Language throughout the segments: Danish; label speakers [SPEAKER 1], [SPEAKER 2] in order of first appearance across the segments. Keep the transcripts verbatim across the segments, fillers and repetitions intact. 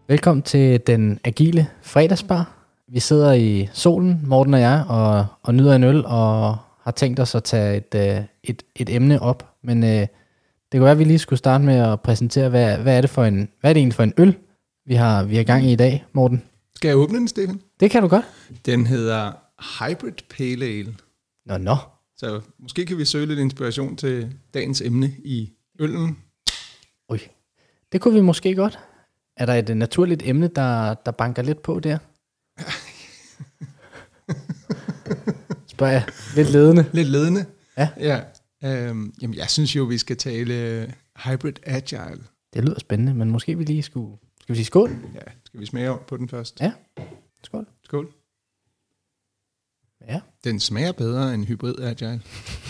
[SPEAKER 1] Velkommen til den agile fredagsbar. Vi sidder i solen, Morten og jeg, og, og nyder en øl, og har tænkt os at tage et, et, et emne op. Men øh, det kunne være, at vi lige skulle starte med at præsentere, hvad, hvad, er, det for en, hvad er det egentlig for en øl, vi har, vi har gang i i dag, Morten?
[SPEAKER 2] Skal jeg åbne den, Stefan?
[SPEAKER 1] Det kan du godt.
[SPEAKER 2] Den hedder Hybrid Pale Ale.
[SPEAKER 1] Nå, nå.
[SPEAKER 2] Så måske kan vi søge lidt inspiration til dagens emne i øllen.
[SPEAKER 1] Ui, det kunne vi måske godt. Er der et naturligt emne, der, der banker lidt på der? Spørger jeg. Lidt ledende.
[SPEAKER 2] Lidt ledende?
[SPEAKER 1] Ja.
[SPEAKER 2] ja. Øhm, jamen, jeg synes jo, vi skal tale Hybrid Agile.
[SPEAKER 1] Det lyder spændende, men måske vi lige skulle... Skal vi sige skål?
[SPEAKER 2] Ja, skal vi smage på den først?
[SPEAKER 1] Ja, skål.
[SPEAKER 2] Skål.
[SPEAKER 1] Ja.
[SPEAKER 2] Den smager bedre end Hybrid Agile.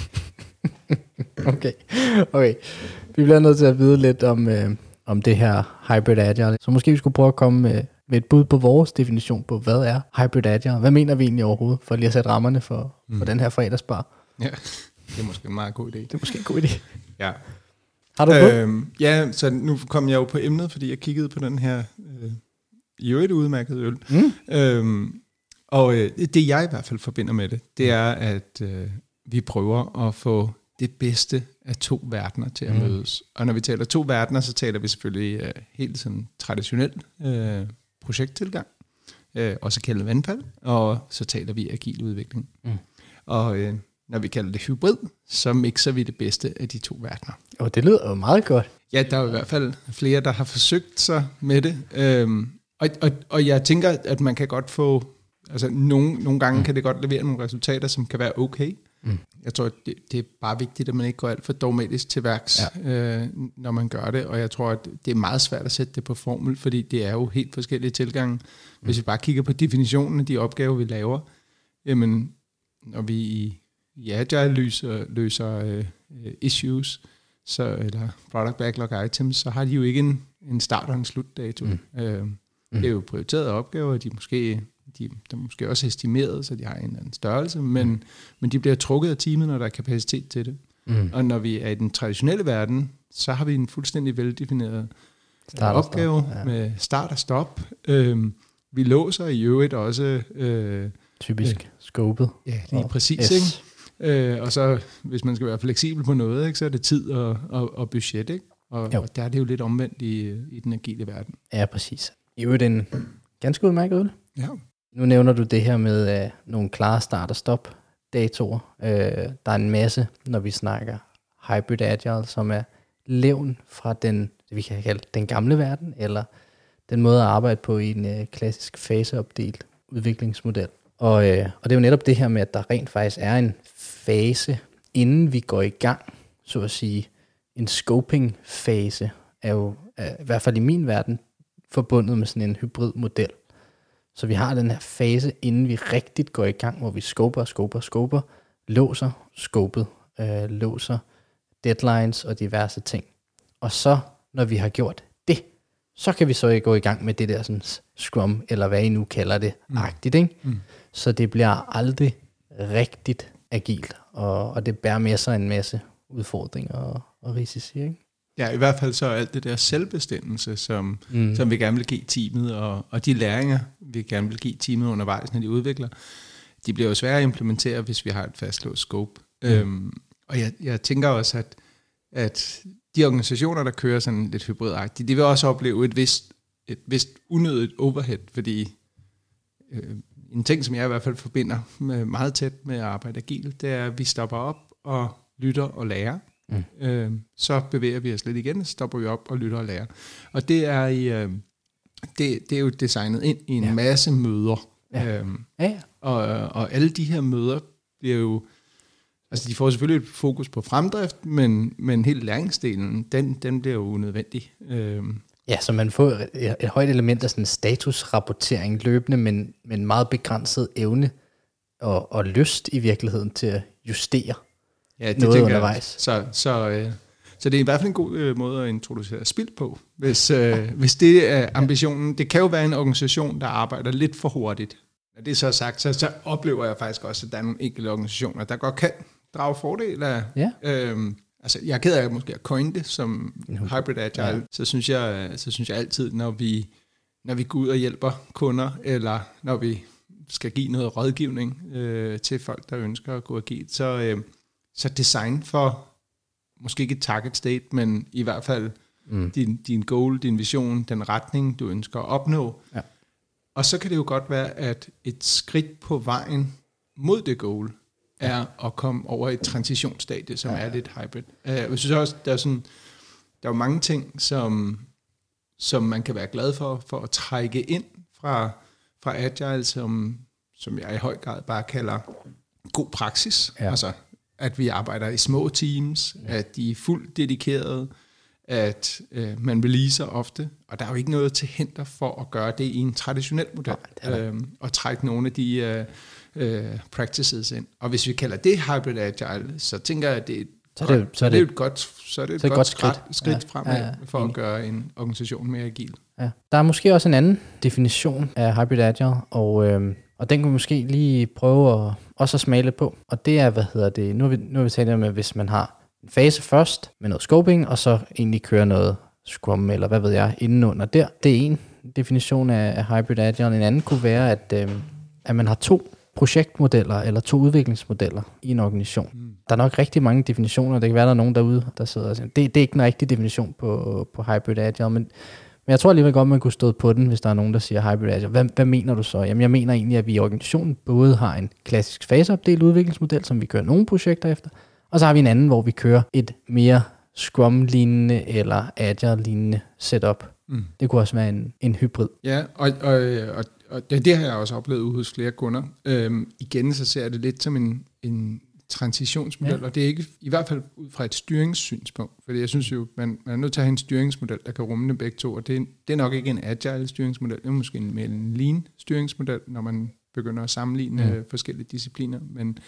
[SPEAKER 1] okay, okay. Vi bliver nødt til at vide lidt om, øh, om det her Hybrid Agile. Så måske vi skulle prøve at komme med, med et bud på vores definition på, hvad er Hybrid Agile? Hvad mener vi egentlig overhovedet, for lige at sætte rammerne for, mm. for den her fredagsbar?
[SPEAKER 2] Ja, det er måske en meget god idé.
[SPEAKER 1] Det er måske en god idé.
[SPEAKER 2] Ja.
[SPEAKER 1] Har du
[SPEAKER 2] øhm, Ja, så nu kom jeg jo på emnet, fordi jeg kiggede på den her øh, i øvrigt udmærket øl. Mm. Øhm, og øh, det jeg i hvert fald forbinder med det, det er, at øh, vi prøver at få det bedste af to verdener til at mm. mødes. Og når vi taler to verdener, så taler vi selvfølgelig øh, helt sådan traditionel øh, projekttilgang, øh, også kaldet vandfald, og så taler vi agil udvikling. Mm. Og øh, når vi kalder det hybrid, så mixer vi det bedste af de to verdener.
[SPEAKER 1] Og det lyder jo meget godt.
[SPEAKER 2] Ja, der er jo i hvert fald flere, der har forsøgt sig med det. Øhm, og, og, og jeg tænker, at man kan godt få... Altså, nogle, nogle gange mm. kan det godt levere nogle resultater, som kan være okay. Mm. Jeg tror, det, det er bare vigtigt, at man ikke går alt for dogmatisk til værks, ja. øh, når man gør det. Og jeg tror, at det er meget svært at sætte det på formel, fordi det er jo helt forskellige tilgange. Mm. Hvis vi bare kigger på definitionen af de opgaver, vi laver, jamen, når vi i, i Agile løser, løser øh, issues, så, eller product backlog items, så har de jo ikke en, en start- og en slutdato. Mm. Øh, mm. Det er jo prioriterede opgaver, de måske... De, de er måske også estimeret, så de har en eller anden størrelse, men, mm. men de bliver trukket af teamet, når der er kapacitet til det. Mm. Og når vi er i den traditionelle verden, så har vi en fuldstændig veldefineret start opgave stop, ja. Med start og stop. Øhm, vi låser i øvrigt også... Øh,
[SPEAKER 1] Typisk øh, scopet.
[SPEAKER 2] Ja, lige og præcis. Yes. Ikke? Øh, og så, hvis man skal være fleksibel på noget, ikke, så er det tid og, og, og budget. Ikke? Og, og der er det jo lidt omvendt i, i den agile verden.
[SPEAKER 1] Ja, præcis. I øvrigt en ganske udmærket øl.
[SPEAKER 2] Ja.
[SPEAKER 1] Nu nævner du det her med øh, nogle klare start- og stop-datoer. Øh, der er en masse, når vi snakker Hybrid Agile, som er levn fra den, det vi kan kalde den gamle verden, eller den måde at arbejde på i en øh, klassisk faseopdelt udviklingsmodel. Og, øh, og det er jo netop det her med, at der rent faktisk er en fase, inden vi går i gang, så at sige. En scoping-fase er jo, øh, i hvert fald i min verden, forbundet med sådan en hybrid model. Så vi har den her fase, inden vi rigtigt går i gang, hvor vi scoper, scoper, scoper, låser scopet, øh, låser deadlines og diverse ting. Og så, når vi har gjort det, så kan vi så gå i gang med det der sådan scrum, eller hvad I nu kalder det, mm. agtigt, ikke? Mm. Så det bliver aldrig rigtigt agilt, og, og det bærer med sig en masse udfordringer og, og risici, ikke?
[SPEAKER 2] Ja, i hvert fald så alt det der selvbestemmelse, som, mm. som vi gerne vil give teamet, og, og de læringer, vi gerne vil give teamet undervejs, når de udvikler, de bliver jo svære at implementere, hvis vi har et fastlåst scope. Mm. Øhm, og jeg, jeg tænker også, at, at de organisationer, der kører sådan lidt hybridagtigt, de vil også opleve et vist, et vist unødigt overhead, fordi øh, en ting, som jeg i hvert fald forbinder med meget tæt med at arbejde agilt, det er, at vi stopper op og lytter og lærer. Mm. Øh, så bevæger vi os lidt igen, så stopper vi op og lytter og lærer. Og det er, i, øh, det, det er jo designet ind i en ja. masse møder. Ja. Øhm, ja, ja. Og, og alle de her møder bliver jo, altså de får selvfølgelig et fokus på fremdrift, men, men hele læringsdelen, den, den bliver jo unødvendig. Øhm.
[SPEAKER 1] Ja, så man får et, et højt element af sådan statusrapportering løbende, men, men meget begrænset evne og, og lyst i virkeligheden til at justere.
[SPEAKER 2] Ja, det noget undervejs. Så, så, øh, så det er i hvert fald en god øh, måde at introducere spil på, hvis, øh, hvis det er ambitionen. Det kan jo være en organisation, der arbejder lidt for hurtigt. Når det er så sagt, så, så oplever jeg faktisk også, at der er nogle enkelte organisationer, der godt kan drage fordel af... Ja. Øh, altså, jeg er ked af at måske at coin det som hybrid agile, ja. så, synes jeg, så synes jeg altid, når vi, når vi går ud og hjælper kunder, eller når vi skal give noget rådgivning øh, til folk, der ønsker at gå agilt, så, øh, så design for måske ikke et target state, men i hvert fald mm. din, din goal, din vision, den retning, du ønsker at opnå. Ja. Og så kan det jo godt være, at et skridt på vejen mod det goal er at komme over et transitionsstadie, som ja. er lidt hybrid. Jeg synes også, der er, sådan, der er jo mange ting, som, som man kan være glad for, for at trække ind fra, fra Agile, som, som jeg i høj grad bare kalder god praksis. Ja. Altså, at vi arbejder i små teams, ja. at de er fuldt dedikerede, at øh, man releaser ofte, og der er jo ikke noget til hinder for at gøre det i en traditionel model, ja, øhm, og trække nogle af de øh, øh, practices ind. Og hvis vi kalder det hybrid agile, så tænker jeg, at det er, så er det, godt, så er det, et godt, så er det et så godt, godt skridt, skridt ja, fremad ja, ja, for at gøre en organisation mere agil.
[SPEAKER 1] Ja. Der er måske også en anden definition af hybrid agile, og, øh, og den kan vi måske lige prøve at, også at smage lidt på. Og det er, hvad hedder det, nu har vi, nu har vi talt om, at hvis man har en fase først med noget scoping, og så egentlig køre noget Scrum, eller hvad ved jeg, indenunder der. Det er en definition af, af hybrid agile. En anden kunne være, at, øh, at man har to projektmodeller, eller to udviklingsmodeller i en organisation. Mm. Der er nok rigtig mange definitioner. Det kan være, der er nogen derude, der sidder og siger, det, det er ikke en rigtig definition på, på hybrid agile, men, men jeg tror alligevel godt, man kunne stå på den, hvis der er nogen, der siger hybrid agile. Hvad, hvad mener du så? Jamen, jeg mener egentlig, at vi i organisationen både har en klassisk faseopdelt udviklingsmodel, som vi kører nogle projekter efter, og så har vi en anden, hvor vi kører et mere Scrum-lignende eller Agile-lignende setup. Mm. Det kunne også være en, en hybrid.
[SPEAKER 2] Ja, og, og, og, og det, det har jeg også oplevet ude hos flere kunder. Øhm, igen så ser jeg det lidt som en, en transitionsmodel, ja. Og det er ikke i hvert fald ud fra et styringssynspunkt, fordi jeg synes jo, man, man er nødt til at have en styringsmodel, der kan rumme dem begge to, og det, det er nok ikke en Agile styringsmodel, det er måske en, en Lean styringsmodel, når man begynder at sammenligne mm. forskellige discipliner, men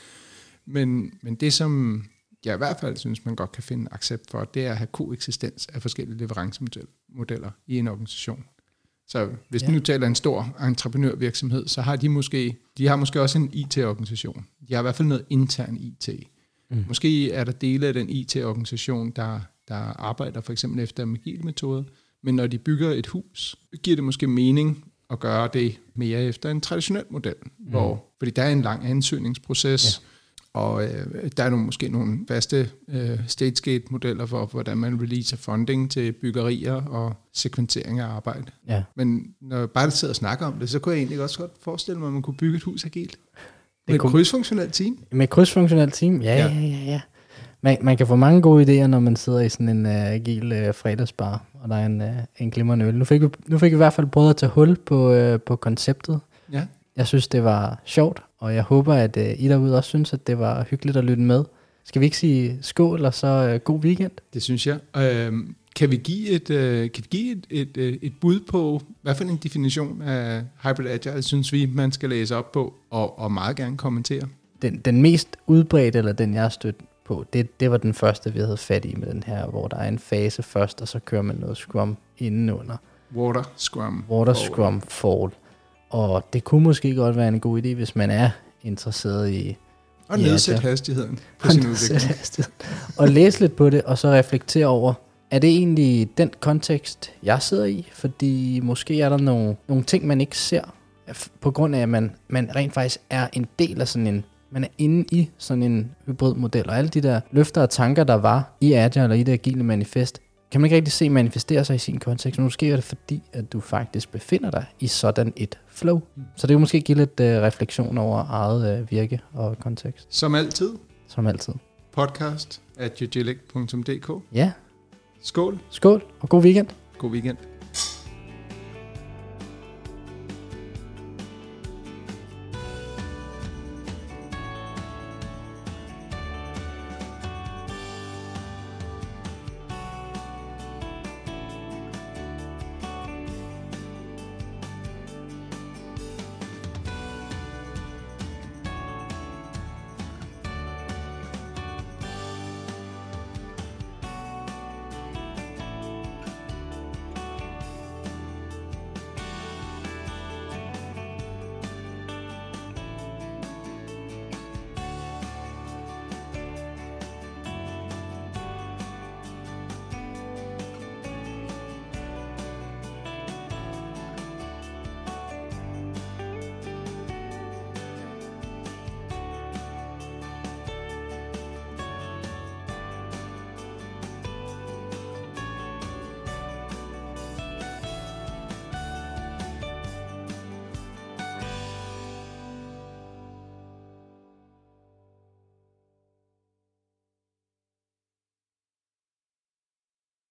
[SPEAKER 2] Men, men det, som jeg i hvert fald synes, man godt kan finde accept for, det er at have koeksistens af forskellige leverancemodeller i en organisation. Så hvis ja. du nu taler en stor entreprenørvirksomhed, så har de måske, de har måske også en I T-organisation. De har i hvert fald noget intern I T. Mm. Måske er der dele af den I T-organisation, der, der arbejder for eksempel efter agile metoder, men når de bygger et hus, giver det måske mening at gøre det mere efter en traditionel model, mm. hvor, fordi der er en lang ansøgningsproces, ja. Og øh, der er nogle, måske nogle faste øh, stage-gate-modeller for, hvordan man releaser funding til byggerier og sekventering af arbejde. Ja. Men når jeg bare sidder og snakker om det, så kunne jeg egentlig også godt forestille mig, at man kunne bygge et hus agilt. Med et krydsfunktionelt team.
[SPEAKER 1] Med et krydsfunktionelt team? Ja, ja, ja. ja, ja. Man, man kan få mange gode idéer, når man sidder i sådan en uh, agil uh, fredagsbar, og der er en, uh, en glimrende øl. Nu fik, vi, nu fik vi i hvert fald prøvet at tage hul på, uh, på konceptet. Ja. Jeg synes, det var sjovt, og jeg håber, at uh, I derude også synes, at det var hyggeligt at lytte med. Skal vi ikke sige skål, og så uh, god weekend?
[SPEAKER 2] Det synes jeg. Uh, kan vi give et, uh, kan vi give et, et, et, et bud på, hvad for en definition af hybrid agile, synes vi, man skal læse op på, og, og meget gerne kommentere?
[SPEAKER 1] Den, den mest udbredte, eller den jeg har stødt på, det, det var den første, vi havde fat i med den her, hvor der er en fase først, og så kører man noget Scrum indenunder.
[SPEAKER 2] Water Scrum.
[SPEAKER 1] Water Scrum Fall. Og det kunne måske godt være en god idé, hvis man er interesseret i...
[SPEAKER 2] Og nedsætte hastigheden på sin udvikling.
[SPEAKER 1] Og læse lidt på det, og så reflektere over, er det egentlig den kontekst, jeg sidder i? Fordi måske er der nogle, nogle ting, man ikke ser, på grund af, at man, man rent faktisk er en del af sådan en... Man er inde i sådan en hybridmodel, og alle de der løfter og tanker, der var i Agile og i det agile manifest, kan man ikke rigtig se manifestere sig i sin kontekst. Måske er det fordi, at du faktisk befinder dig i sådan et flow. Så det kan måske give lidt uh, refleksion over eget uh, virke og kontekst.
[SPEAKER 2] Som altid.
[SPEAKER 1] Som altid.
[SPEAKER 2] Podcast at agilic punktum d k.
[SPEAKER 1] Ja.
[SPEAKER 2] Skål.
[SPEAKER 1] Skål, og god weekend.
[SPEAKER 2] God weekend.